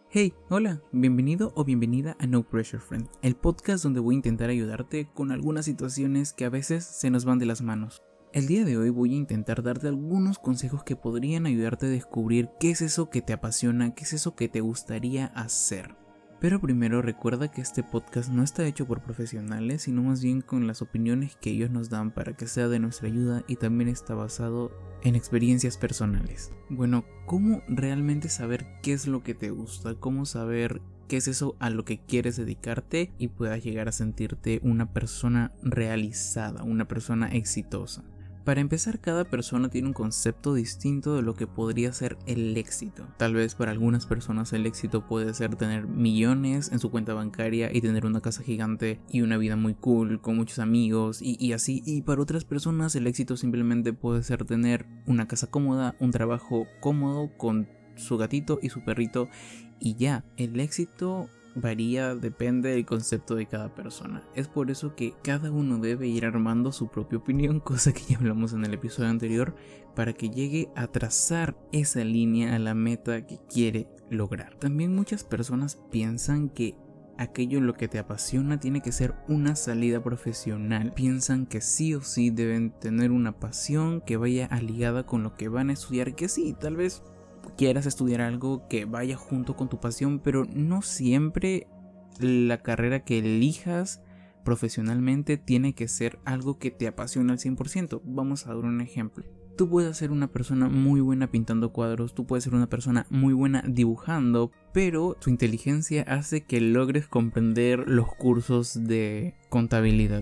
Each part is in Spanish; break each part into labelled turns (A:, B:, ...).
A: Hey, hola, bienvenido o bienvenida a No Pressure Friend, el podcast donde voy a intentar ayudarte con algunas situaciones que a veces se nos van de las manos. El día de hoy voy a intentar darte algunos consejos que podrían ayudarte a descubrir qué es eso que te apasiona, qué es eso que te gustaría hacer. Pero primero recuerda que este podcast no está hecho por profesionales, sino más bien con las opiniones que ellos nos dan para que sea de nuestra ayuda y también está basado en experiencias personales. Bueno, ¿cómo realmente saber qué es lo que te gusta? ¿Cómo saber qué es eso a lo que quieres dedicarte y puedas llegar a sentirte una persona realizada, una persona exitosa? Para empezar, cada persona tiene un concepto distinto de lo que podría ser el éxito. Tal vez para algunas personas el éxito puede ser tener millones en su cuenta bancaria y tener una casa gigante y una vida muy cool con muchos amigos y así. Y para otras personas el éxito simplemente puede ser tener una casa cómoda, un trabajo cómodo con su gatito y su perrito y ya. El éxito varía, depende del concepto de cada persona. Es por eso que cada uno debe ir armando su propia opinión, cosa que ya hablamos en el episodio anterior, para que llegue a trazar esa línea a la meta que quiere lograr. También muchas personas piensan que aquello en lo que te apasiona tiene que ser una salida profesional. Piensan que sí o sí deben tener una pasión que vaya ligada con lo que van a estudiar, que sí, tal vez quieras estudiar algo que vaya junto con tu pasión, pero no siempre la carrera que elijas profesionalmente tiene que ser algo que te apasiona al 100%. Vamos a dar un ejemplo. Tú puedes ser una persona muy buena pintando cuadros, tú puedes ser una persona muy buena dibujando, pero tu inteligencia hace que logres comprender los cursos de contabilidad.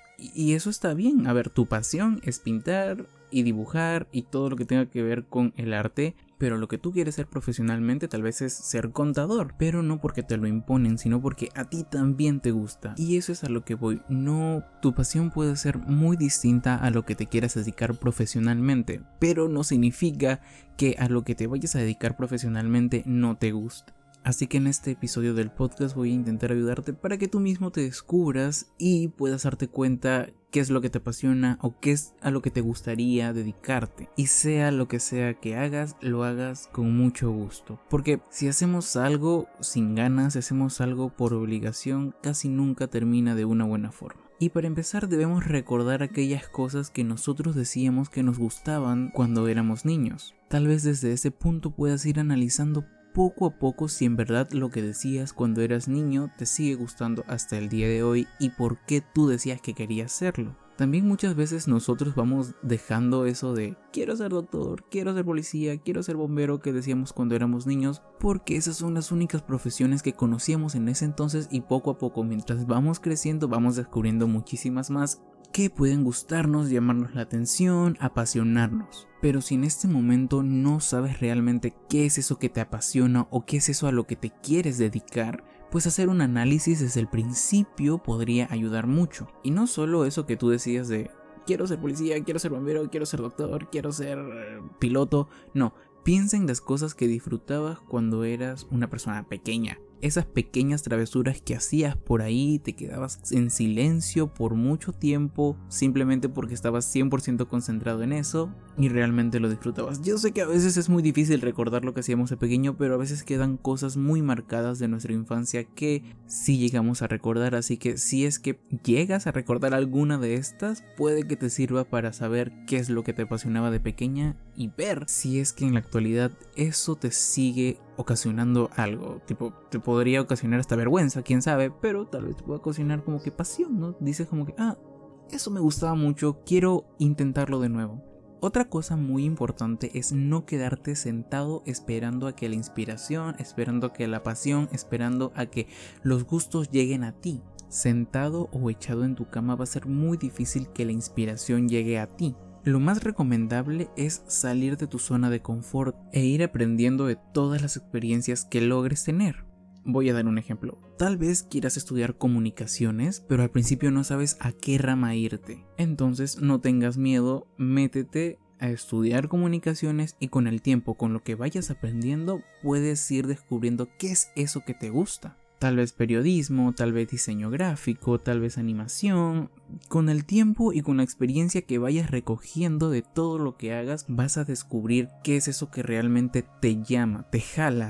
A: Y eso está bien. A ver, tu pasión es pintar y dibujar y todo lo que tenga que ver con el arte, pero lo que tú quieres ser profesionalmente tal vez es ser contador, pero no porque te lo imponen, sino porque a ti también te gusta. Y eso es a lo que voy. No, tu pasión puede ser muy distinta a lo que te quieras dedicar profesionalmente, pero no significa que a lo que te vayas a dedicar profesionalmente no te guste. Así que en este episodio del podcast voy a intentar ayudarte para que tú mismo te descubras y puedas darte cuenta qué es lo que te apasiona o qué es a lo que te gustaría dedicarte. Y sea lo que sea que hagas, lo hagas con mucho gusto. Porque si hacemos algo sin ganas, si hacemos algo por obligación, casi nunca termina de una buena forma. Y para empezar debemos recordar aquellas cosas que nosotros decíamos que nos gustaban cuando éramos niños. Tal vez desde ese punto puedas ir analizando poco a poco si en verdad lo que decías cuando eras niño te sigue gustando hasta el día de hoy y por qué tú decías que querías serlo. También muchas veces nosotros vamos dejando eso de quiero ser doctor, quiero ser policía, quiero ser bombero que decíamos cuando éramos niños, porque esas son las únicas profesiones que conocíamos en ese entonces y poco a poco mientras vamos creciendo vamos descubriendo muchísimas más que pueden gustarnos, llamarnos la atención, apasionarnos. Pero si en este momento no sabes realmente qué es eso que te apasiona o qué es eso a lo que te quieres dedicar, pues hacer un análisis desde el principio podría ayudar mucho. Y no solo eso que tú decías de quiero ser policía, quiero ser bombero, quiero ser doctor, quiero ser piloto. No, piensa en las cosas que disfrutabas cuando eras una persona pequeña. Esas pequeñas travesuras que hacías por ahí, te quedabas en silencio por mucho tiempo simplemente porque estabas 100% concentrado en eso y realmente lo disfrutabas. Yo sé que a veces es muy difícil recordar lo que hacíamos de pequeño, pero a veces quedan cosas muy marcadas de nuestra infancia que sí llegamos a recordar, así que si es que llegas a recordar alguna de estas, puede que te sirva para saber qué es lo que te apasionaba de pequeña y ver si es que en la actualidad eso te sigue ocasionando algo, tipo te podría ocasionar hasta vergüenza, quién sabe, pero tal vez te pueda ocasionar como que pasión, ¿no? Dices como que, eso me gustaba mucho, quiero intentarlo de nuevo. Otra cosa muy importante es no quedarte sentado esperando a que la inspiración, esperando a que la pasión, esperando a que los gustos lleguen a ti. Sentado o echado en tu cama va a ser muy difícil que la inspiración llegue a ti. Lo más recomendable es salir de tu zona de confort e ir aprendiendo de todas las experiencias que logres tener. Voy a dar un ejemplo. Tal vez quieras estudiar comunicaciones, pero al principio no sabes a qué rama irte. Entonces no tengas miedo, métete a estudiar comunicaciones y con el tiempo, con lo que vayas aprendiendo, puedes ir descubriendo qué es eso que te gusta. Tal vez periodismo, tal vez diseño gráfico, tal vez animación. Con el tiempo y con la experiencia que vayas recogiendo de todo lo que hagas, vas a descubrir qué es eso que realmente te llama, te jala a hacer.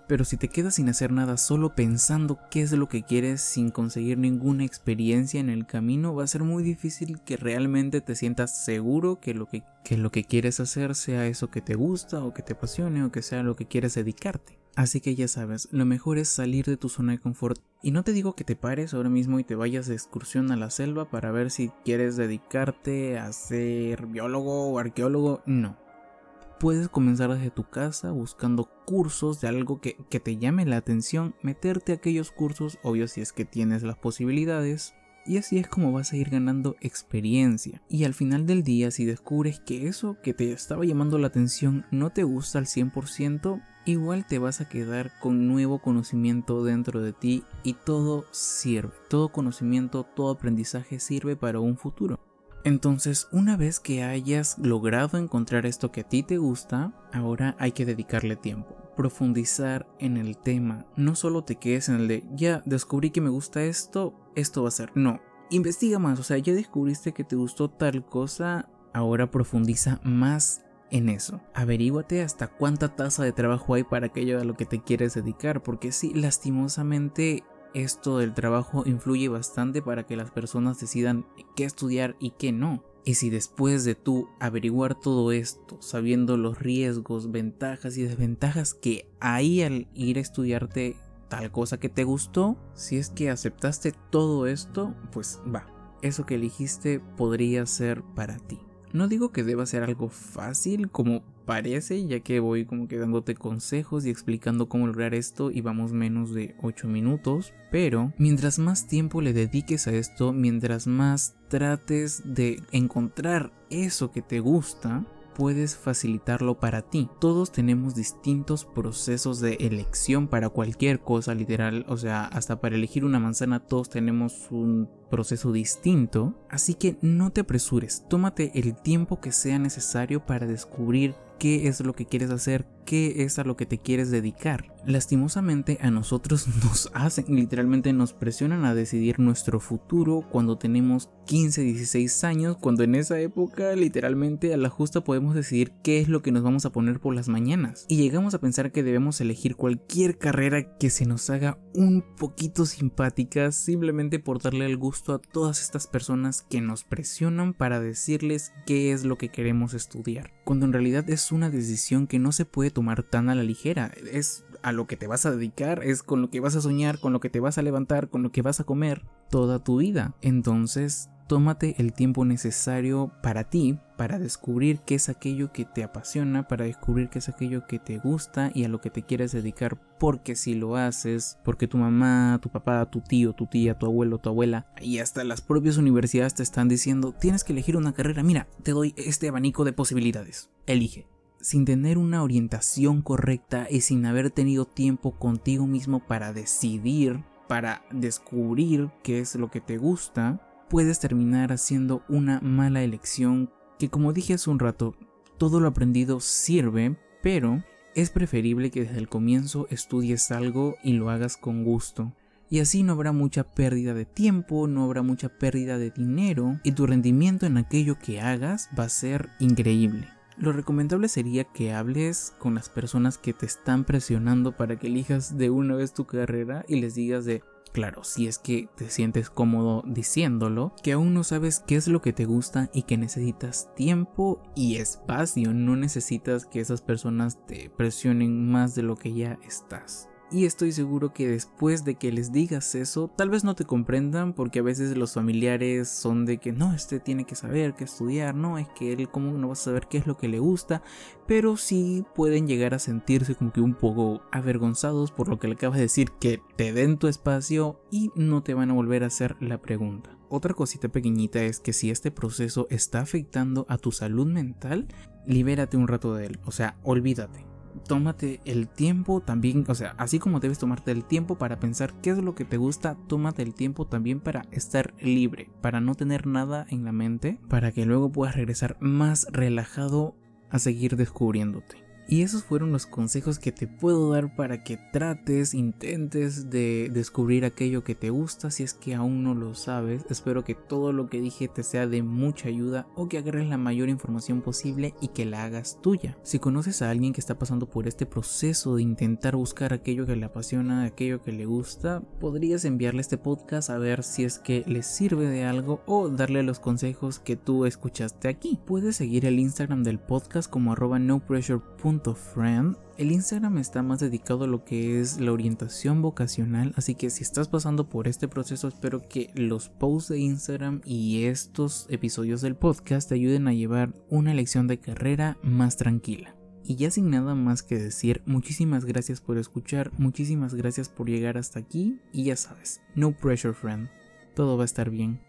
A: Pero si te quedas sin hacer nada solo pensando qué es lo que quieres sin conseguir ninguna experiencia en el camino, va a ser muy difícil que realmente te sientas seguro que lo que quieres hacer sea eso que te gusta o que te apasione o que sea lo que quieres dedicarte. Así que ya sabes, lo mejor es salir de tu zona de confort. Y no te digo que te pares ahora mismo y te vayas de excursión a la selva para ver si quieres dedicarte a ser biólogo o arqueólogo, no. Puedes comenzar desde tu casa buscando cursos de algo que te llame la atención, meterte a aquellos cursos, obvio si es que tienes las posibilidades, y así es como vas a ir ganando experiencia. Y al final del día, si descubres que eso que te estaba llamando la atención no te gusta al 100%, igual te vas a quedar con nuevo conocimiento dentro de ti y todo sirve. Todo conocimiento, todo aprendizaje sirve para un futuro. Entonces, una vez que hayas logrado encontrar esto que a ti te gusta, ahora hay que dedicarle tiempo, profundizar en el tema. No solo te quedes en el de, ya descubrí que me gusta esto va a ser. No, investiga más, o sea, ya descubriste que te gustó tal cosa, ahora profundiza más en eso. Averíguate hasta cuánta tasa de trabajo hay para aquello a lo que te quieres dedicar, porque sí, lastimosamente esto del trabajo influye bastante para que las personas decidan qué estudiar y qué no. Y si después de tú averiguar todo esto, sabiendo los riesgos, ventajas y desventajas que hay al ir a estudiarte tal cosa que te gustó, si es que aceptaste todo esto, pues va, eso que elegiste podría ser para ti. No digo que deba ser algo fácil como parece, ya que voy como que dándote consejos y explicando cómo lograr esto y vamos menos de 8 minutos, pero mientras más tiempo le dediques a esto, mientras más trates de encontrar eso que te gusta, puedes facilitarlo para ti. Todos tenemos distintos procesos de elección para cualquier cosa, literal, o sea, hasta para elegir una manzana todos tenemos un proceso distinto, así que no te apresures, tómate el tiempo que sea necesario para descubrir qué es lo que quieres hacer, qué es a lo que te quieres dedicar. Lastimosamente a nosotros literalmente nos presionan a decidir nuestro futuro cuando tenemos 15, 16 años, cuando en esa época literalmente a la justa podemos decidir qué es lo que nos vamos a poner por las mañanas. Y llegamos a pensar que debemos elegir cualquier carrera que se nos haga un poquito simpática simplemente por darle el gusto a todas estas personas que nos presionan para decirles qué es lo que queremos estudiar. Cuando en realidad es una decisión que no se puede tomar tan a la ligera, es a lo que te vas a dedicar, es con lo que vas a soñar, con lo que te vas a levantar, con lo que vas a comer toda tu vida. Entonces, tómate el tiempo necesario para ti, para descubrir qué es aquello que te apasiona, para descubrir qué es aquello que te gusta y a lo que te quieres dedicar, porque si lo haces, porque tu mamá, tu papá, tu tío, tu tía, tu abuelo, tu abuela y hasta las propias universidades te están diciendo tienes que elegir una carrera, mira, te doy este abanico de posibilidades, elige. Sin tener una orientación correcta y sin haber tenido tiempo contigo mismo para decidir, para descubrir qué es lo que te gusta, puedes terminar haciendo una mala elección que, como dije hace un rato, todo lo aprendido sirve, pero es preferible que desde el comienzo estudies algo y lo hagas con gusto. Y así no habrá mucha pérdida de tiempo, no habrá mucha pérdida de dinero y tu rendimiento en aquello que hagas va a ser increíble. Lo recomendable sería que hables con las personas que te están presionando para que elijas de una vez tu carrera y les digas de, claro, si es que te sientes cómodo diciéndolo, que aún no sabes qué es lo que te gusta y que necesitas tiempo y espacio, no necesitas que esas personas te presionen más de lo que ya estás. Y estoy seguro que después de que les digas eso, tal vez no te comprendan porque a veces los familiares son de que no, tiene que saber qué estudiar, no, es que él cómo no va a saber qué es lo que le gusta, pero sí pueden llegar a sentirse como que un poco avergonzados por lo que le acabas de decir, que te den tu espacio y no te van a volver a hacer la pregunta. Otra cosita pequeñita es que si este proceso está afectando a tu salud mental, libérate un rato de él, o sea, olvídate. Tómate el tiempo también, o sea, así como debes tomarte el tiempo para pensar qué es lo que te gusta, tómate el tiempo también para estar libre, para no tener nada en la mente, para que luego puedas regresar más relajado a seguir descubriéndote. Y esos fueron los consejos que te puedo dar para que intentes de descubrir aquello que te gusta si es que aún no lo sabes. Espero que todo lo que dije te sea de mucha ayuda o que agarres la mayor información posible y que la hagas tuya. Si conoces a alguien que está pasando por este proceso de intentar buscar aquello que le apasiona, aquello que le gusta, podrías enviarle este podcast a ver si es que les sirve de algo o darle los consejos que tú escuchaste aquí. Puedes seguir el Instagram del podcast como @nopressure.friend. El Instagram está más dedicado a lo que es la orientación vocacional, así que si estás pasando por este proceso, espero que los posts de Instagram y estos episodios del podcast te ayuden a llevar una elección de carrera más tranquila. Y ya sin nada más que decir, muchísimas gracias por escuchar, muchísimas gracias por llegar hasta aquí y ya sabes, no pressure friend, todo va a estar bien.